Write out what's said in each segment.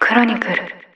クロニクル。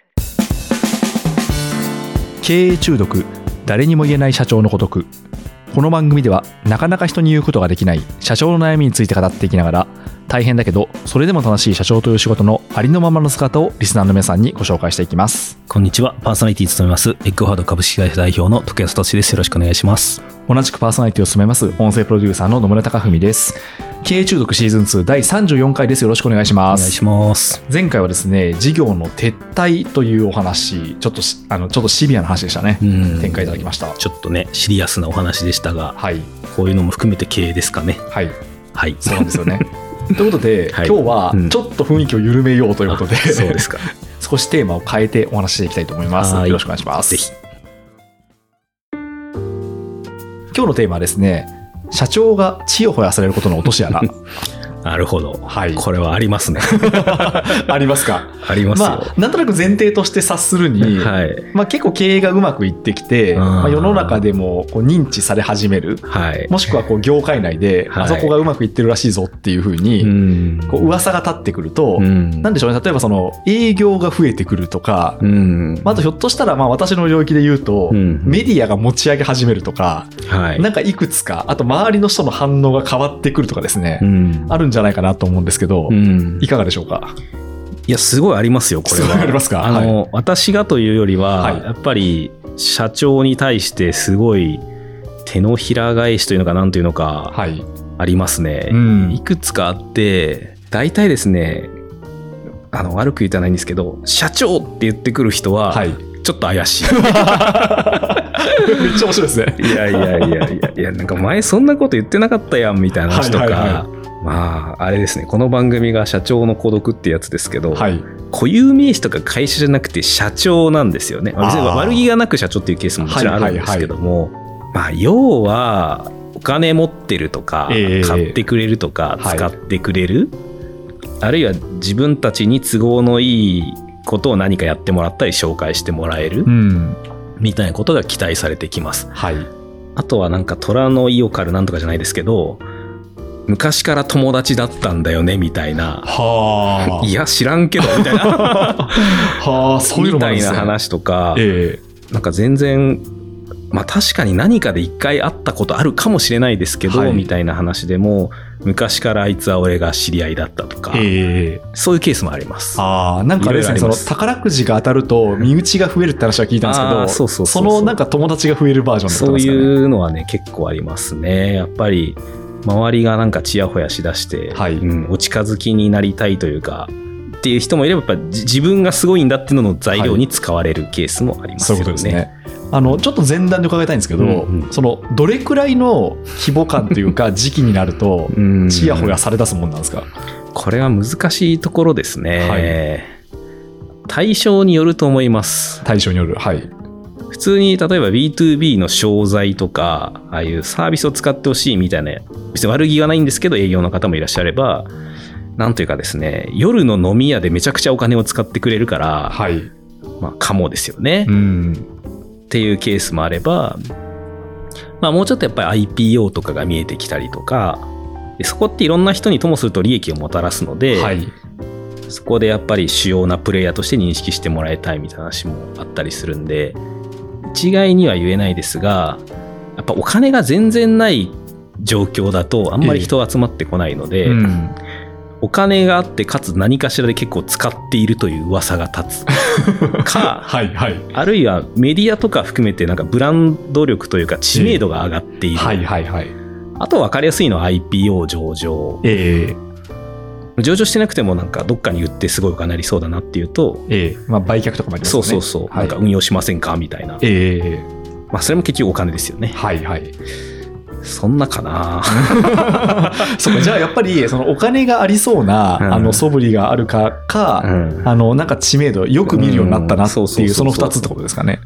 経営中毒、誰にも言えない社長の孤独。この番組ではなかなか人に言うことができない社長の悩みについて語っていきながら、大変だけどそれでも楽しい社長という仕事のありのままの姿をリスナーの皆さんにご紹介していきます。 こんにちは。パーソナリティを務めますエッグハード株式会社代表の徳安俊です。よろしくお願いします。 同じくパーソナリティを務めます音声プロデューサーの野村貴文です。経営中毒シーズン2第34回です。よろしくお願いします。 お願いします。 前回はですね、事業の撤退というお話、ちょっとシビアな話でしたね。展開いただきました。 ちょっとねシリアスなお話でしたが、 はい、 こういうのも含めて経営ですかね。 はい、 はい、 そうなんですよね。ということで、 はい、 今日はちょっと雰囲気を緩めようということで、 そうですか。 少しテーマを変えてお話ししていきたいと思います。よろしくお願いします。 ぜひ。 今日のテーマはですね、社長がちやほやされることの落とし穴。 なるほど、 はい、 これはありますね。 ありますか。 ありますよ。 なんとなく前提として察するに、はい、結構経営がうまくいってきて、世の中でもこう認知され始める、はい、もしくはこう業界内で、あそこがうまくいってるらしいぞっていうふうに、こう噂が立ってくると、なんでしょうね、例えばその営業が増えてくるとか、あとひょっとしたら私の領域で言うと、メディアが持ち上げ始めるとか、なんかいくつか、あと周りの人の反応が変わってくるとかですね、あるんじゃないかなと思うんですけど、いかがでしょうか。 いや、すごいありますよ、これは。 ありますか。 私がというよりは、やっぱり社長に対してすごい手のひら返しというのかなんというのかありますね。いくつかあって、大体ですね、悪く言ってないんですけど、社長って言ってくる人はちょっと怪しい。めっちゃ面白いですね。 いや、なんか前そんなこと言ってなかったやんみたいな話とか、あれですね、この番組が社長の孤独ってやつですけど、固有名詞とか会社じゃなくて社長なんですよね。別に悪気がなく社長っていうケースももちろんあるんですけども、要はお金持ってるとか、買ってくれるとか、使ってくれる、あるいは自分たちに都合のいいことを何かやってもらったり紹介してもらえる、みたいなことが期待されてきます。あとはなんか虎の意を狩るなんとかじゃないですけど、昔から友達だったんだよねみたいな、いや知らんけどみたいなそういうのみたいな話とか、なんか全然確かに何かで一回会ったことあるかもしれないですけど、みたいな話でも昔からあいつは俺が知り合いだったとか、そういうケースもあります。 なんかあれですね、その宝くじが当たると身内が増えるって話は聞いたんですけど、そのなんか友達が増えるバージョンってことですかね。 そういうのはね結構ありますね。やっぱり周りがなんかちやほやしだして、お近づきになりたいというかっていう人もいれば、やっぱ自分がすごいんだっていうのの材料に使われるケースもありますよね。 そういうことですね。ちょっと前段で伺いたいんですけど、そのどれくらいの規模感というか時期になるとちやほやされ出すもんなんですか。 これは難しいところですね。対象によると思います。 対象による。 普通に例えば B2B の商材とか、ああいうサービスを使ってほしいみたいな、別に悪気はないんですけど営業の方もいらっしゃれば、なんというかですね、夜の飲み屋でめちゃくちゃお金を使ってくれるから、かもですよね、っていうケースもあれば、もうちょっとやっぱり IPO とかが見えてきたりとかで、そこっていろんな人にともすると利益をもたらすので、そこでやっぱり主要なプレイヤーとして認識してもらいたいみたいな話もあったりするんで、一概には言えないですが、やっぱお金が全然ない状況だとあんまり人が集まってこないので、お金があってかつ何かしらで結構使っているという噂が立つかあるいはメディアとか含めてなんかブランド力というか知名度が上がっている、あと分かりやすいのは IPO 上場、上場してなくてもなんかどっかに売ってすごいお金ありそうだなっていうと、 売却とかもありますよね。 そう、なんか運用しませんかみたいな、それも結局お金ですよね。そんなかな。 そうか、じゃあやっぱりそのお金がありそうな素振りがあるか、なんか知名度よく見るようになったなっていう、その2つってことですかね。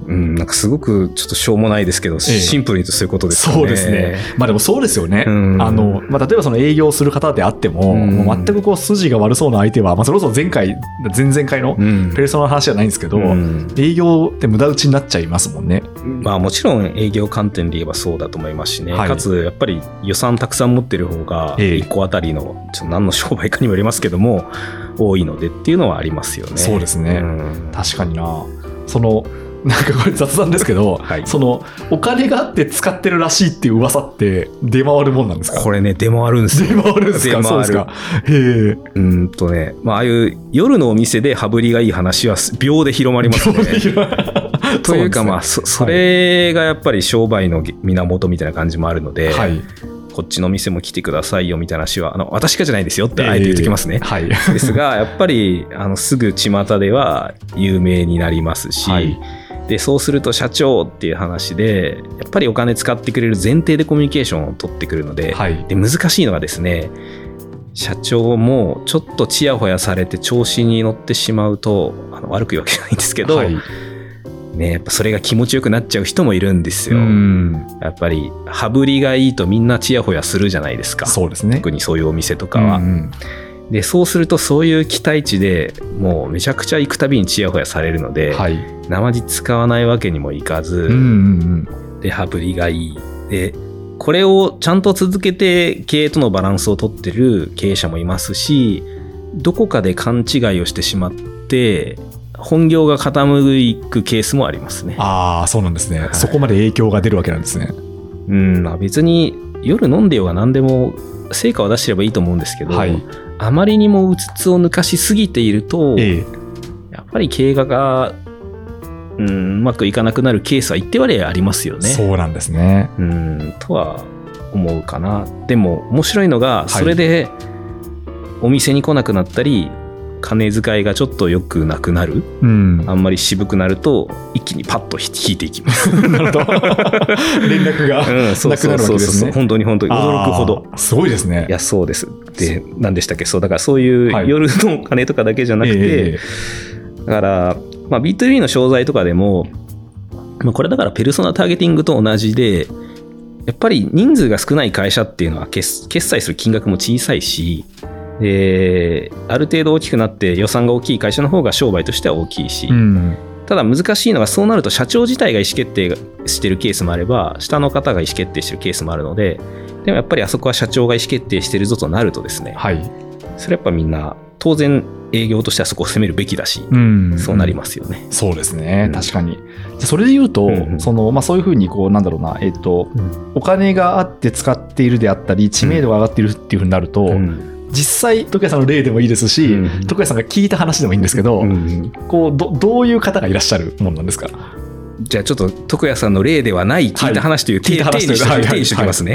なんかすごくちょっとしょうもないですけど、シンプルに言うとそういうことですよね。 そうですね。まあでもそうですよね。まあ、例えばその営業する方であっても、もう全くこう筋が悪そうな相手は、まあ、それこそ前々回のペルソナの話じゃないんですけど、営業って無駄打ちになっちゃいますもんね。 まあもちろん営業観点で言えばそうだと思いますしね。かつやっぱり予算たくさん持ってる方が、1個あたりの、ちょっと何の商売かにもよりますけども、多いのでっていうのはありますよね。 そうですね。確かにな。なんかこれ雑談ですけど、そのお金があって使ってるらしいっていう噂って出回るもんなんですか？ これね、出回るんですよ。 出回るんですか？そうですか。へえ。まあ、ああいう夜のお店で羽振りがいい話は秒で広まりますね。というか、まあ、それがやっぱり商売の源みたいな感じもあるので、こっちの店も来てくださいよみたいな話は、私がじゃないですよってあえて言っときますね。ですが、やっぱりすぐ巷では有名になりますし、でそうすると社長っていう話でやっぱりお金使ってくれる前提でコミュニケーションを取ってくるので、で難しいのがですね、社長もちょっとちやほやされて調子に乗ってしまうと悪く言うわけじゃないんですけど、ね、やっぱそれが気持ちよくなっちゃう人もいるんですよ。やっぱり羽振りがいいとみんなちやほやするじゃないですか。 そうですね。 特にそういうお店とかは。でそうするとそういう期待値でもうめちゃくちゃ行くたびにちやほやされるので、生地使わないわけにもいかず、で羽振りがいいでこれをちゃんと続けて経営とのバランスを取ってる経営者もいますし、どこかで勘違いをしてしまって本業が傾くケースもありますね。 ああ、そうなんですね。そこまで影響が出るわけなんですね。 まあ、別に夜飲んでようが何でも成果を出してればいいと思うんですけど、あまりにもうつつを抜かしすぎていると、やっぱり経営がうまくいかなくなるケースは一定割合ありますよね。 そうなんですね。 とは思うかな。でも面白いのがそれでお店に来なくなったり、金遣いがちょっと良くなくなる、あんまり渋くなると一気にパッと引いていきます。 なるほど。連絡がなくなるわけですね。 本当に驚くほど。 すごいですね。 いや、そうです。で、何でしたっけ？そうだからそういう夜の金とかだけじゃなくて、だから、まあ、B2B の商材とかでも、まあ、これだからペルソナターゲティングと同じで、やっぱり人数が少ない会社っていうのは決済する金額も小さいし、ある程度大きくなって予算が大きい会社の方が商売としては大きいし、ただ難しいのがそうなると社長自体が意思決定してるケースもあれば下の方が意思決定してるケースもあるので、でもやっぱりあそこは社長が意思決定してるぞとなるとですね、それやっぱみんな当然営業としてはそこを攻めるべきだし、そうなりますよね。 そうですね、確かに。それで言うと、そういうふうになんだろうな、お金があって使っているであったり知名度が上がっているっていうふうになると、実際徳谷さんの例でもいいですし、徳谷さんが聞いた話でもいいんですけど、どういう方がいらっしゃるもんなんですか？ じゃあちょっと徳谷さんの例ではない聞いた話という体にしておきますね。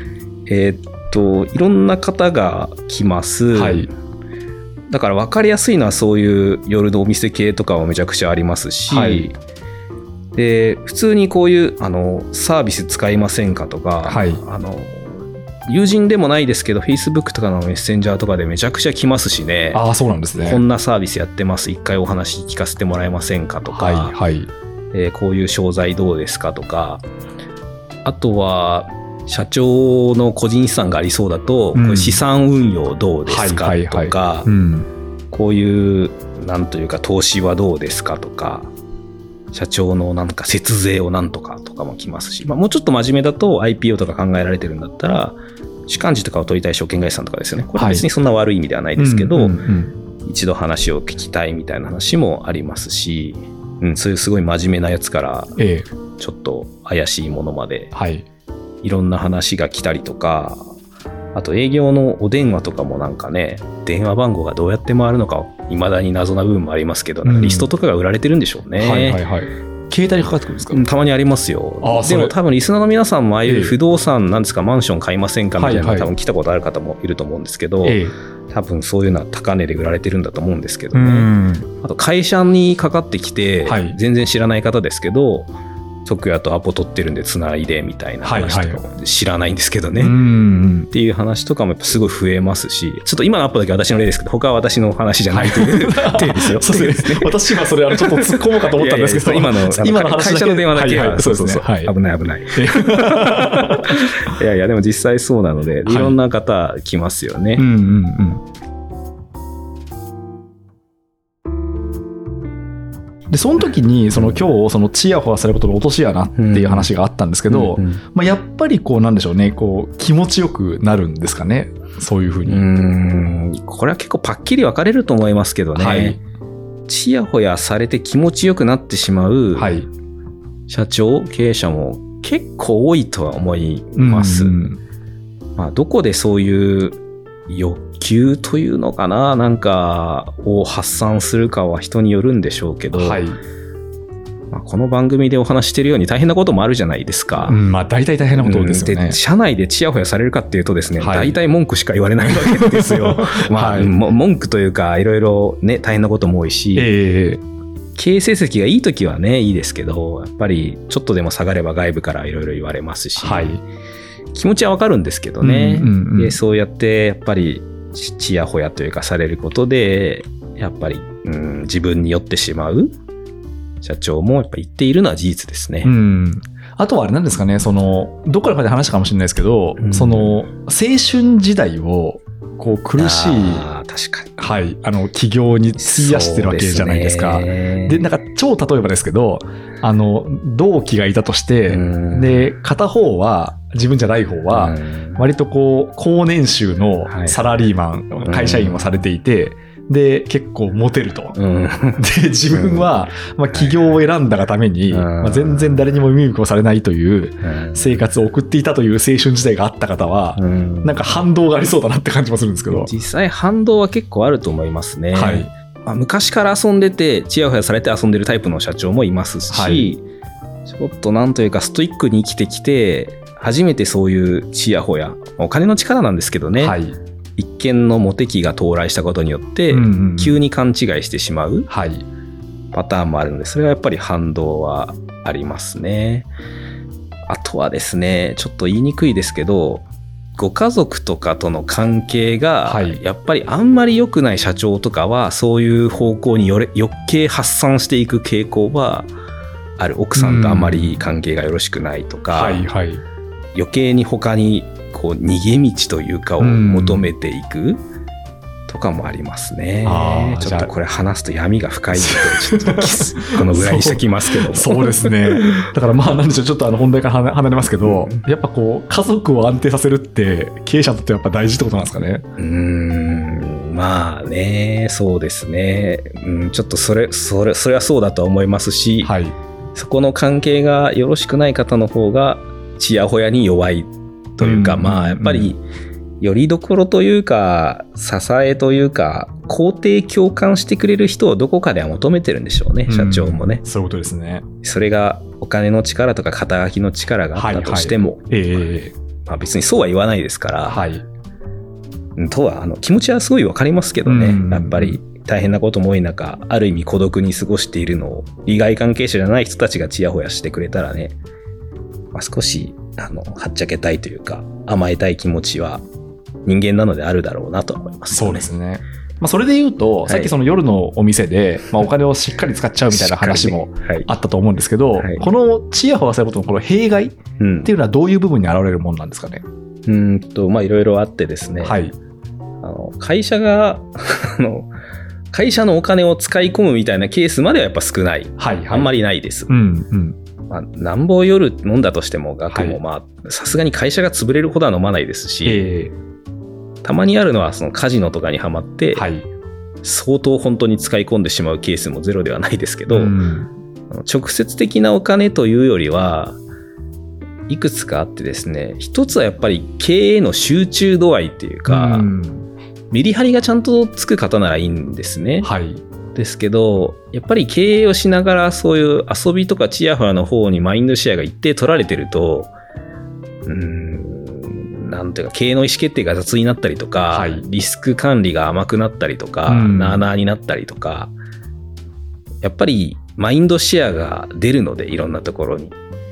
いろんな方が来ます。だから分かりやすいのはそういう夜のお店系とかはめちゃくちゃありますし、で普通にこういうサービス使いませんかとか、友人でもないですけど Facebook とかのメッセンジャーとかでめちゃくちゃ来ますしね。 そうなんですね。 こんなサービスやってます、一回お話聞かせてもらえませんかとか、こういう商材どうですかとか、あとは社長の個人資産がありそうだと、これ資産運用どうですかとか、こういうなんというか投資はどうですかとか、社長のなんか節税をなんとかとかも来ますし、もうちょっと真面目だと IPO とか考えられてるんだったら主幹事とかを取りたい証券会社さんとかですよね。これ別にそんな悪い意味ではないですけど、一度話を聞きたいみたいな話もありますし、そういうすごい真面目なやつからちょっと怪しいものまでいろんな話が来たりとか、あと営業のお電話とかもなんかね、電話番号がどうやって回るのか未だに謎な部分もありますけど、リストとかが売られてるんでしょうね。 携帯にかかってくるんですか？ たまにありますよ。でも多分リスナーの皆さんもああいう不動産なんですか、マンション買いませんかみたいな多分来たことある方もいると思うんですけど、多分そういうのは高値で売られてるんだと思うんですけどね。あと会社にかかってきて、全然知らない方ですけど、 徳谷とアポ取ってるんでつないでみたいな話とかも知らないんですけどね、っていう話とかもやっぱすごい増えますし、ちょっっと今のアップだけ私の例ですけど、他は私の話じゃないという体ですよ。 そうですね。私はそれちょっと突っ込もうかと思ったんですけど、 今の会社の電話だけは、そうそうそう、危ない危ない。いやいや、でも実際そうなので、いろんな方来ますよね。 でその時に今日そのチヤホヤされることの落とし穴っていう話があったんですけど、まあ、やっぱりなんでしょうね、気持ちよくなるんですかね、そういうふうに。 これは結構パッキリ分かれると思いますけどね、はい、チヤホヤされて気持ちよくなってしまう社長、経営者も結構多いとは思います。まあ、どこでそういう欲求というのかな、なんかを発散するかは人によるんでしょうけど、はい、まあ、この番組でお話しているように大変なこともあるじゃないですか。 まあ大体大変なことですよね。 で社内でチヤホヤされるかっていうとですね、はい、大体文句しか言われないわけですよ。まあ、はい、文句というかいろいろね大変なことも多いし、経営成績がいい時はねいいですけど、やっぱりちょっとでも下がれば外部からいろいろ言われますし、はい、気持ちはわかるんですけどね、でそうやってやっぱりチヤホヤというかされることでやっぱり、自分に酔ってしまう社長もやっぱ言っているのは事実ですね。 あとはあれなんですかね、どっかで話したかもしれないですけど、青春時代を苦しい、 確かに、 はい、起業に費やしてるわけじゃないですか。でなんか超例えばですけど、同期がいたとして、で片方は自分じゃない方は割と高年収のサラリーマン、会社員をされていて、で結構モテると、で自分は、起業を選んだがために、全然誰にも耳向をされないという生活を送っていたという青春時代があった方は、なんか反動がありそうだなって感じもするんですけど、 実際反動は結構あると思いますね。はい、昔から遊んでてチヤホヤされて遊んでるタイプの社長もいますし、はい、ちょっとなんというかストイックに生きてきて初めてそういうチヤホヤ、お金の力なんですけどね、はい、一見のモテ期が到来したことによって急に勘違いしてしまうパターンもあるので、それはやっぱり反動はありますね。あとはですね、ちょっと言いにくいですけど、ご家族とかとの関係がやっぱりあんまり良くない社長とかはそういう方向に余計発散していく傾向はある。奥さんとあんまり関係がよろしくないとか、余計に他に逃げ道というかを求めていくとかもありますね。ちょっとこれ話すと闇が深いのでちょっとこのぐらいにしてきますけどもそうですね。だからなんでしょう、ちょっと本題から離れますけど、やっぱ家族を安定させるって経営者にとってやっぱ大事ってことなんですかね。 まあね、そうですね。ちょっとそれはそうだと思いますし、はい、そこの関係がよろしくない方の方がチヤホヤに弱いというか、まあやっぱりよりどころというか支えというか肯定共感してくれる人をどこかでは求めてるんでしょうね、社長もね。 そういうことですね。 それがお金の力とか肩書きの力があったとしても、別にそうは言わないですから、とは気持ちはすごいわかりますけどね、やっぱり大変なことも多い中、ある意味孤独に過ごしているのを利害関係者じゃない人たちがチヤホヤしてくれたらね、少しはっちゃけたいというか甘えたい気持ちは人間なのであるだろうなと思います、ね。 そうですね。それで言うと、さっき夜のお店で、お金をしっかり使っちゃうみたいな話もあったと思うんですけど、このチヤホヤされることのこの弊害っていうのはどういう部分に現れるものなんですかね。 いろいろあってですね、会社が会社のお金を使い込むみたいなケースまではやっぱ少ない、あんまりないです。なんぼ夜飲んだとしても額もさすがに会社が潰れるほどは飲まないですし、たまにあるのはそのカジノとかにはまって、相当本当に使い込んでしまうケースもゼロではないですけど、直接的なお金というよりはいくつかあってですね、一つはやっぱり経営の集中度合いっていうか、メリハリがちゃんとつく方ならいいんですね。ですけどやっぱり経営をしながらそういう遊びとかチヤホヤの方にマインドシェアが一定取られてると、なんていうか経営の意思決定が雑になったりとか、リスク管理が甘くなったりとか、なあなあになったりとか、やっぱりマインドシェアが出るのでいろんなところに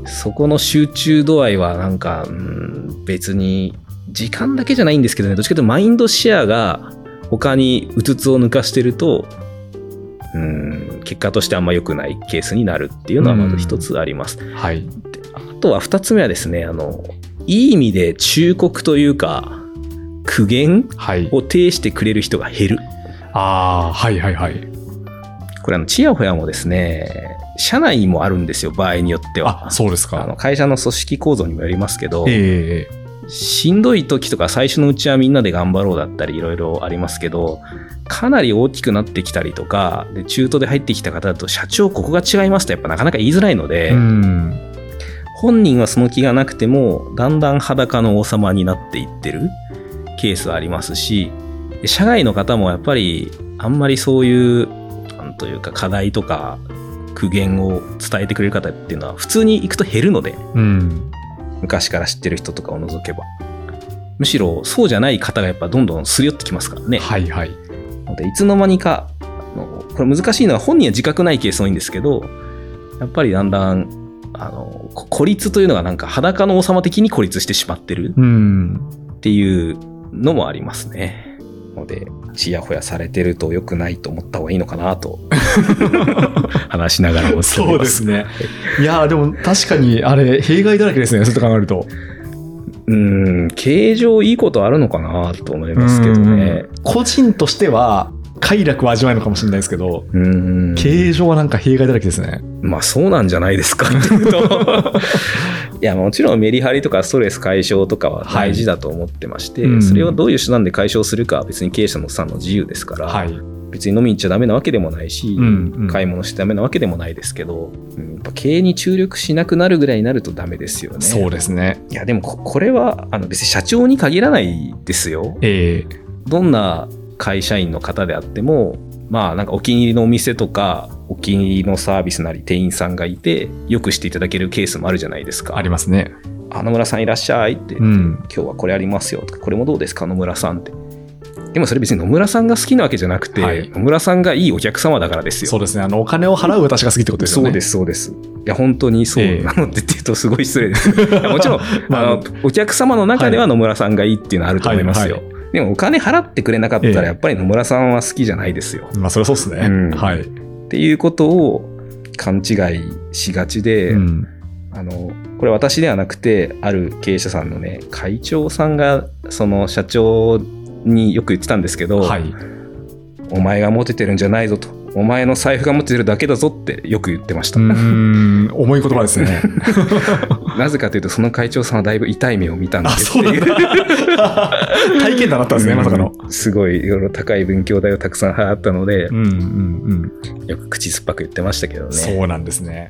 そこの集中度合いはなんか、別に時間だけじゃないんですけどね、どっちかというとマインドシェアが他にうつつを抜かしてると、結果としてあんま良くないケースになるっていうのはまず一つあります。 はい。 あとは二つ目はですね、いい意味で忠告というか苦言を呈してくれる人が減る。 はいはいはい。 これちやほやもですね、社内もあるんですよ、場合によっては。 そうですか。 会社の組織構造にもよりますけど、しんどい時とか最初のうちはみんなで頑張ろうだったりいろいろありますけど、かなり大きくなってきたりとかで中途で入ってきた方だと、社長ここが違いますとやっぱなかなか言いづらいので、本人はその気がなくてもだんだん裸の王様になっていってるケースはありますし、社外の方もやっぱりあんまりそういうなんというか課題とか苦言を伝えてくれる方っていうのは普通に行くと減るので、昔から知ってる人とかを除けば、むしろそうじゃない方がやっぱどんどんすり寄ってきますからね。 はいはい。 でいつの間にかこれ難しいのは本人は自覚ないケース多いんですけど、やっぱりだんだん孤立というのがなんか裸の王様的に孤立してしまってるっていうのもありますね。のでちやほやされてると良くないと思った方がいいのかなと話しながら思っております。 そうですね。いやでも確かにあれ弊害だらけですね、そうやって考えると。 経営上いいことあるのかなと思いますけどね。 個人としては快楽を味わえるのかもしれないですけど、経営上はなんか弊害だらけですね。 まあそうなんじゃないですかっていうといやもちろんメリハリとかストレス解消とかは大事だと思ってまして、それをどういう手段で解消するかは別に経営者のさんの自由ですから、別に飲みに行っちゃダメなわけでもないし、買い物してダメなわけでもないですけど、やっぱ経営に注力しなくなるぐらいになるとダメですよね。 そうですね。 いやでもこれは別に社長に限らないですよ。どんな会社員の方であっても、まあなんかお気に入りのお店とかお気に入りのサービスなり店員さんがいてよくしていただけるケースもあるじゃないですか。 ありますね。 野村さんいらっしゃいって今日はこれありますよとか、これもどうですか野村さんって。でもそれ別に野村さんが好きなわけじゃなくて、野村さんがいいお客様だからですよ。 そうですね。お金を払う私が好きってことですよね。 そうですそうです。いや本当にそうなのでって言うとすごい失礼ですもちろんお客様の中では野村さんがいいっていうのはあると思いますよ。でもお金払ってくれなかったらやっぱり野村さんは好きじゃないですよ。 まあそれはそうですね。 っていうことを勘違いしがちで、これ私ではなくてある経営者さんのね会長さんがその社長によく言ってたんですけど、お前がモテてるんじゃないぞと、お前の財布がモテてるだけだぞってよく言ってました。 重い言葉ですねなぜかというとその会長さんはだいぶ痛い目を見たんですっていう体験談だったんですね、まさかの。 すごいいろいろ高い勉強代をたくさん払ったので、よく口酸っぱく言ってましたけどね。 そうなんですね。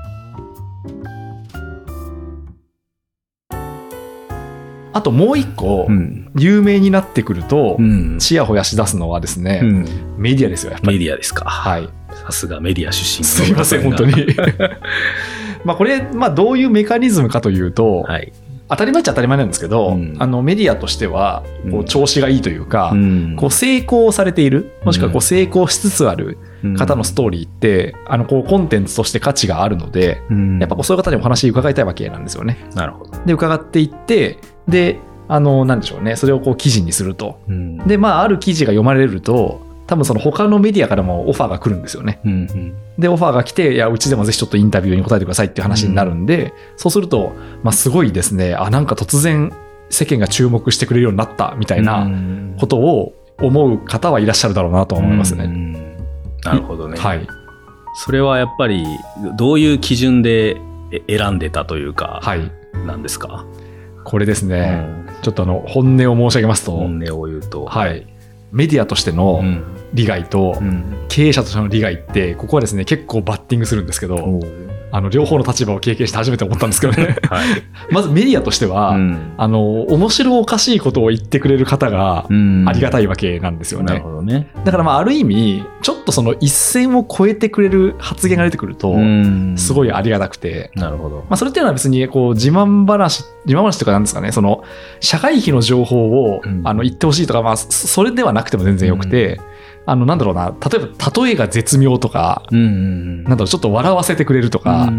あともう一個有名になってくるとちやほやし出すのはですね、メディアですよ。やっぱりメディアですか。さすがメディア出身。 すいません本当にまあこれどういうメカニズムかというと、当たり前っちゃ当たり前なんですけど、メディアとしてはこう調子がいいというか、こう成功されている、もしくはこう成功しつつある方のストーリーってこうコンテンツとして価値があるので、やっぱそういう方にお話伺いたいわけなんですよね。 なるほど。 で伺っていって、でなんでしょうね、それをこう記事にすると、である記事が読まれると多分その他のメディアからもオファーが来るんですよね。でオファーが来て、いやうちでもぜひちょっとインタビューに答えてくださいっていう話になるんで、そうするとすごいですね、なんか突然世間が注目してくれるようになったみたいなことを思う方はいらっしゃるだろうなと思いますね。 なるほどね。それはやっぱりどういう基準で選んでたというか、なんですか。 これですね、ちょっと本音を申し上げますと、 本音を言うと、 メディアとしての利害と経営者としての利害ってここはですね結構バッティングするんですけど、両方の立場を経験して初めて思ったんですけどねまずメディアとしては、面白おかしいことを言ってくれる方がありがたいわけなんですよね。 なるほどね。 だからある意味ちょっとその一線を越えてくれる発言が出てくるとすごいありがたくて、 なるほど。 それっていうのは別にこう自慢話とかなんですかね、その社会費の情報を言ってほしいとか、それではなくても全然よくて、なんだろうな、例えば例えが絶妙とか、なんだろう、ちょっと笑わせてくれるとか、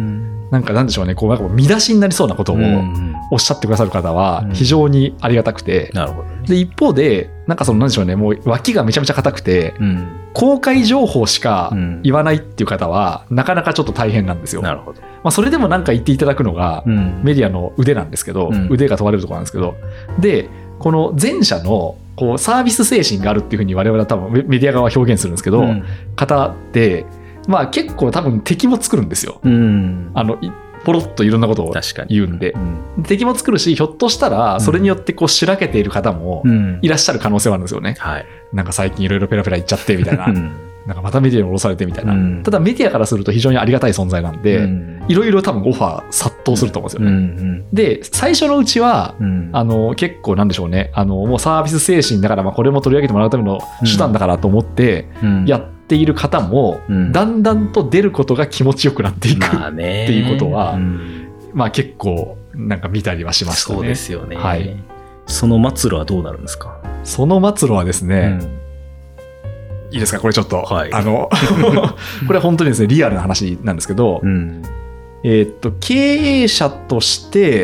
なんかなんでしょうね、こうなんか見出しになりそうなことをおっしゃってくださる方は非常にありがたくて、 なるほどね。 で一方でなんかそのなんでしょうね、もう脇がめちゃめちゃ硬くて、公開情報しか言わないっていう方はなかなかちょっと大変なんですよ。 なるほど。 まあそれでもなんか言っていただくのがメディアの腕なんですけど、腕が問われるところなんですけど、でこの前者のこうサービス精神があるっていうふうに我々は多分メディア側は表現するんですけど、方ってまあ結構多分敵も作るんですよ。ポロッといろんなことを言うんで、敵も作るし、ひょっとしたらそれによってこうしらけている方もいらっしゃる可能性はあるんですよね。なんか最近いろいろペラペラ言っちゃってみたいな、なんかまたメディアに降ろされてみたいな、ただメディアからすると非常にありがたい存在なんで、いろいろ多分オファー殺到すると思うんですよね。で最初のうちは、結構なんでしょうね、もうサービス精神だから、まあこれも取り上げてもらうための手段だからと思ってやっている方も、だんだんと出ることが気持ちよくなっていくっていうことは、まあ結構なんか見たりはしましたね。 そうですよね。 はい。 その末路はどうなるんですか？ その末路はですね、いいですかこれちょっと、これは本当にですねリアルな話なんですけど、経営者として、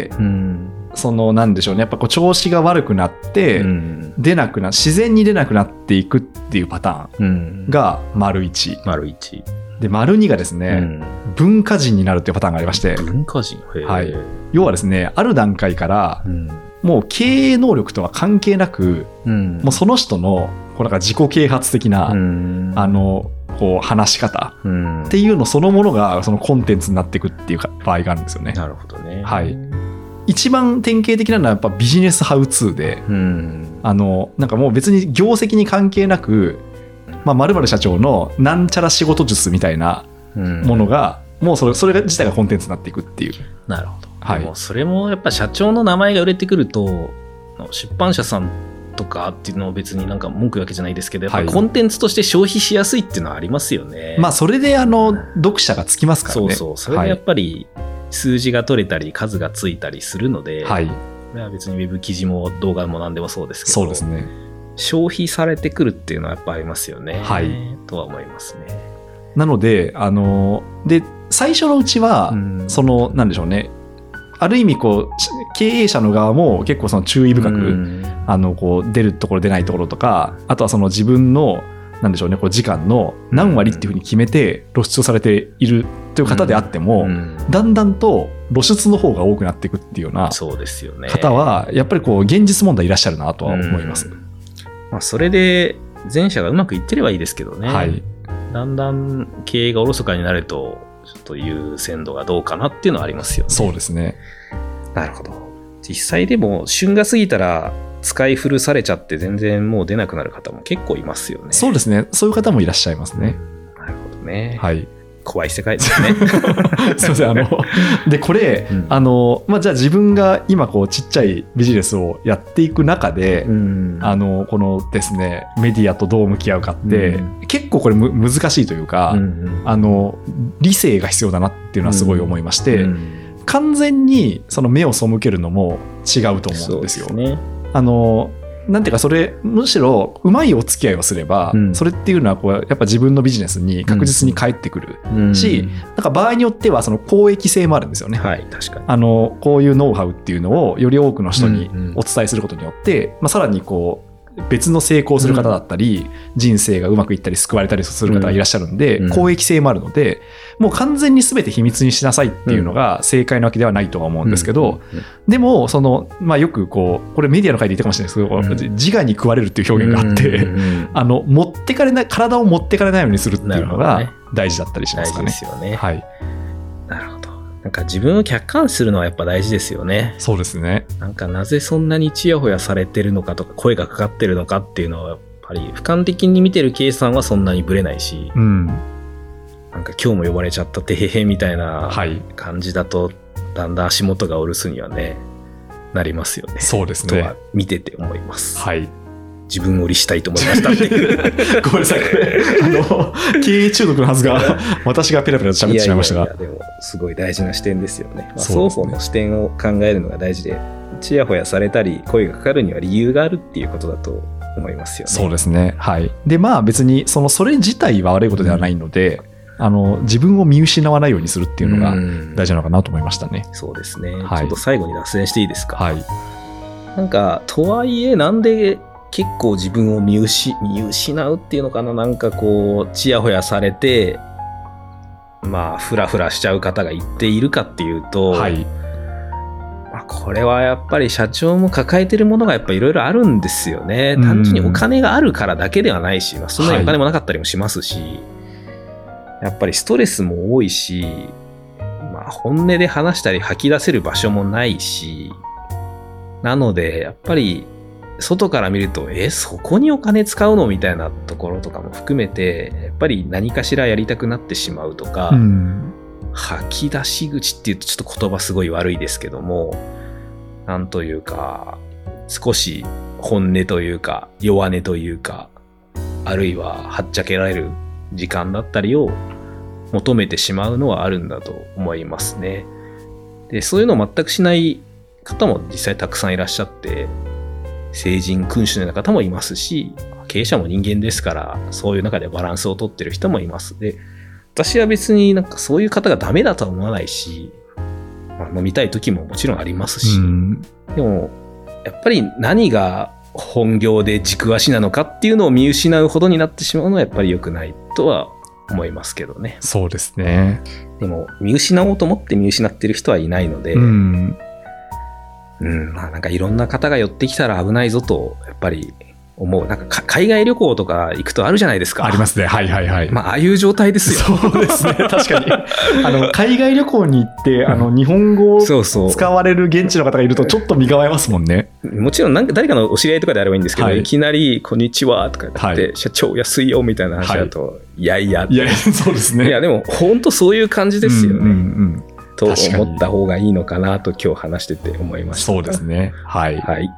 そのなんでしょうね、やっぱこう調子が悪くなって、自然に出なくなっていくっていうパターンが丸1。で丸2がですね、文化人になるっていうパターンがありまして。 文化人？ はい。要はですね、ある段階から、もう経営能力とは関係なく、もうその人のこうなんか自己啓発的な、こう話し方っていうのそのものがそのコンテンツになっていくっていう場合があるんですよね。 なるほどね。 はい。一番典型的なのはやっぱビジネスハウツーで、なんかもう別に業績に関係なく、まあ、〇〇社長のなんちゃら仕事術みたいなものが、もうそれが自体がコンテンツになっていくっていう。 なるほど。 はい、 でもそれもやっぱ社長の名前が売れてくると、出版社さんとかっていうのを別になんか文句言うわけじゃないですけど、やっぱコンテンツとして消費しやすいっていうのはありますよね。 まあそれで読者がつきますからね。 それがやっぱり数字が取れたり数がついたりするので、これは別にウェブ記事も動画も何でもそうですけど、 そうですね。 消費されてくるっていうのはやっぱありますよね。とは思いますね。 なのでで最初のうちは、そのなんでしょうね。ある意味こう経営者の側も結構その注意深く、こう出るところ出ないところとか、あとはその自分のなんでしょうね、こう時間の何割っていうふうに決めて露出をされているという方であっても、だんだんと露出の方が多くなっていくっていうような方はやっぱりこう現実問題いらっしゃるなとは思います。 まあ、それで前者がうまくいってればいいですけどね。だんだん経営がおろそかになるとちょっと優先度がどうかなっていうのはありますよね。 そうですね。 なるほど。実際でも旬が過ぎたら使い古されちゃって全然もう出なくなる方も結構いますよね。 そうですね。そういう方もいらっしゃいますね。 なるほどね。 はい。 怖い世界ですね。 すいません。でこれ、まあ、じゃあ自分が今こうちっちゃいビジネスをやっていく中で、このですねメディアとどう向き合うかって、結構これ難しいというか、理性が必要だなっていうのはすごい思いまして、完全にその目を背けるのも違うと思うんですよ。なんていうかそれむしろうまいお付き合いをすれば、それっていうのはこうやっぱ自分のビジネスに確実に返ってくるし、なんか場合によってはその公益性もあるんですよね。 確かにこういうノウハウっていうのをより多くの人にお伝えすることによって、さらにこう別の成功する方だったり、人生がうまくいったり救われたりする方がいらっしゃるんで、公益性もあるので、もう完全に全て秘密にしなさいっていうのが正解なわけではないとは思うんですけど、でもその、よくこれメディアの回で言ったかもしれないですけど、自我に食われるっていう表現があって、持ってかれない、体を持ってかれないようにするっていうのが大事だったりしますかね。 大事ですよね。なるほど。なんか自分を客観視するのはやっぱ大事ですよね。 そうですね。 なんかなぜそんなにチヤホヤされてるのかとか声がかかってるのかっていうのはやっぱり俯瞰的に見てる計算はそんなにブレないし、なんか今日も呼ばれちゃったてへへみたいな感じだと、だんだん足元がお留守にはねなりますよね。 そうですね。 とは見てて思います。 はい。 自分を律したいと思いましたっていうごめんなさい、経営中毒のはずが私がペラペラと喋ってしまいましたが、 でもすごい大事な視点ですよね。双方の視点を考えるのが大事で、ちやほやされたり声がかかるには理由があるっていうことだと思いますよね。 そうですね。はい。で別にそれ自体は悪いことではないので、 自分を見失わないようにするっていうのが大事なのかなと思いましたね。 そうですね、 はい、 ちょっと最後に脱線していいですか。 はい、 なんかとはいえなんで結構自分を見失うっていうのかな、なんかこうちやほやされてまあフラフラしちゃう方が言っているかっていうと、 はい、 まあ、これはやっぱり社長も抱えてるものがやっぱいろいろあるんですよね。単純にお金があるからだけではないし、まあ、そんなにお金もなかったりもしますし、はい、やっぱりストレスも多いし、まあ、本音で話したり吐き出せる場所もないし、なのでやっぱり外から見るとそこにお金使うのみたいなところとかも含めてやっぱり何かしらやりたくなってしまうとか、吐き出し口っていうとちょっと言葉すごい悪いですけども、なんというか少し本音というか弱音というか、あるいははっちゃけられる時間だったりを求めてしまうのはあるんだと思いますね。で、そういうのを全くしない方も実際たくさんいらっしゃって、聖人君主のような方もいますし、経営者も人間ですからそういう中でバランスをとってる人もいます。で、私は別になんかそういう方がダメだとは思わないし、飲みたい時ももちろんありますし、でもやっぱり何が本業で軸足なのかっていうのを見失うほどになってしまうのはやっぱり良くないとは思いますけどね。 そうですね。 でも見失おうと思って見失ってる人はいないので、まあなんかいろんな方が寄ってきたら危ないぞとやっぱり思う。なんか海外旅行とか行くとあるじゃないですか。 ありますね。はいはいはい。 まあああいう状態ですよ。 そうですね。確かに海外旅行に行って日本語を使われる現地の方がいるとちょっと身構えますもんね。 もちろん誰かのお知り合いとかであればいいんですけど、いきなりこんにちはとか言って、社長安いよみたいな話だと、いやそうですね。 いやでも本当そういう感じですよね。と思った方がいいのかなと今日話してて思いました。 そうですね。はい。 はい。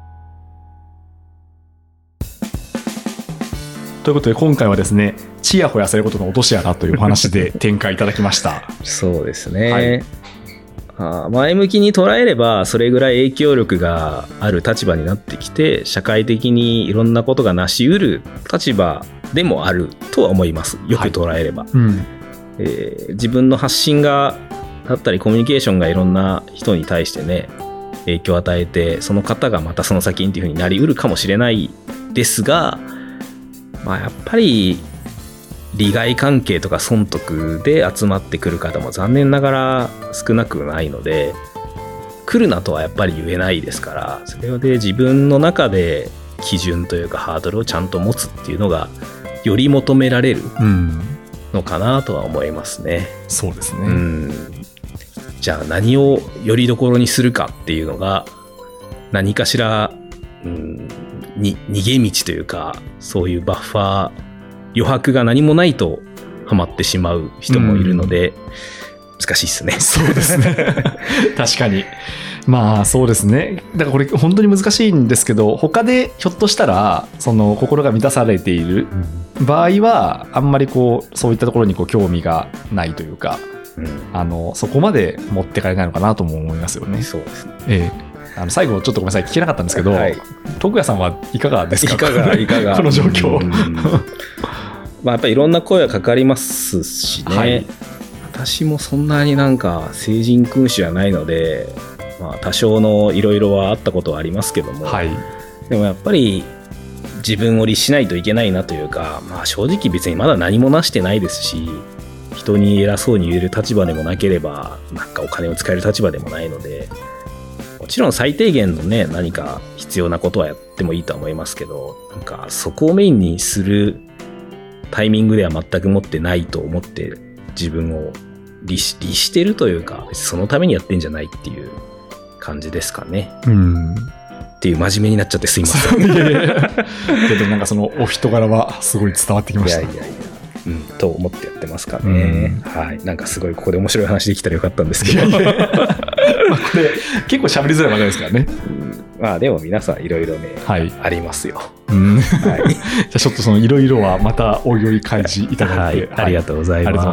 ということで今回はですね、ちやほやされることの落とし穴というお話で展開いただきました。 そうですね。前向きに捉えればそれぐらい影響力がある立場になってきて、社会的にいろんなことが成し得る立場でもあるとは思います。よく捉えれば。自分の発信がだったりコミュニケーションがいろんな人に対してね影響を与えて、その方がまたその先にっていう風になりうるかもしれないですが、まあやっぱり利害関係とか損得で集まってくる方も残念ながら少なくないので、来るなとはやっぱり言えないですから、それで自分の中で基準というかハードルをちゃんと持つっていうのがより求められるのかなとは思いますね。 そうですね。 じゃあ何をよりどころにするかっていうのが何かしら、逃げ道というか、そういうバッファー余白が何もないとハマってしまう人もいるので、難しいですね。 そうですね。確かに。まあそうですね。だからこれ本当に難しいんですけど、他でひょっとしたらその心が満たされている場合はあんまりそういったところに興味がないというか、そこまで持ってかれないのかなとも思いますよね。 そうですね。 最後ちょっとごめんなさい聞けなかったんですけど、徳谷さんはいかがですか？ いかがこの状況。 まあやっぱりいろんな声がかかりますしね。私もそんなになんか聖人君主じゃないので、まあ多少のいろいろはあったことはありますけども、でもやっぱり自分を律しないといけないなというか、まあ正直別にまだ何もなしてないですし、人に偉そうに言える立場でもなければ、なんかお金を使える立場でもないので、もちろん最低限のね何か必要なことはやってもいいとは思いますけど、なんかそこをメインにするタイミングでは全く持ってないと思って自分を律してるというか、別にそのためにやってんじゃないっていう感じですかね。っていう真面目になっちゃってすいません。けどなんかそのお人柄はすごい伝わってきました。 と思ってやってますかね。なんかすごいここで面白い話できたらよかったんですけど。 これ結構喋りづらい話ですからね。 まあでも皆さんいろいろね、ありますよ。 じゃあちょっとそのいろいろはまたおいおい開示いただいて、 ありがとうございます。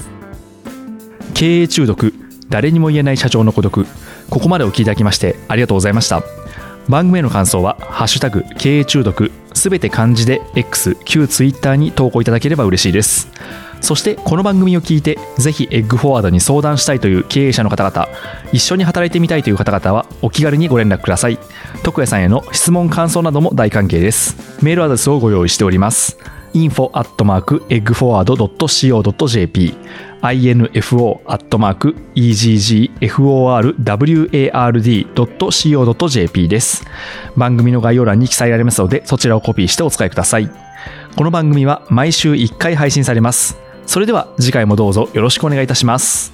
経営中毒、誰にも言えない社長の孤独。ここまでお聞きいただきましてありがとうございました。番組への感想はハッシュタグ経営中毒すべて漢字で X 旧 Twitter に投稿いただければ嬉しいです。 そしてこの番組を聞いてぜひエッグフォワードに相談したいという経営者の方々、一緒に働いてみたいという方々はお気軽にご連絡ください。徳谷さんへの質問感想なども大歓迎です。メールアドレスをご用意しております。info@eggforward.co.jp info@eggforward.co.jp です。番組の概要欄に記載ありますので、そちらをコピーしてお使いください。この番組は毎週1回配信されます。それでは次回もどうぞよろしくお願いいたします。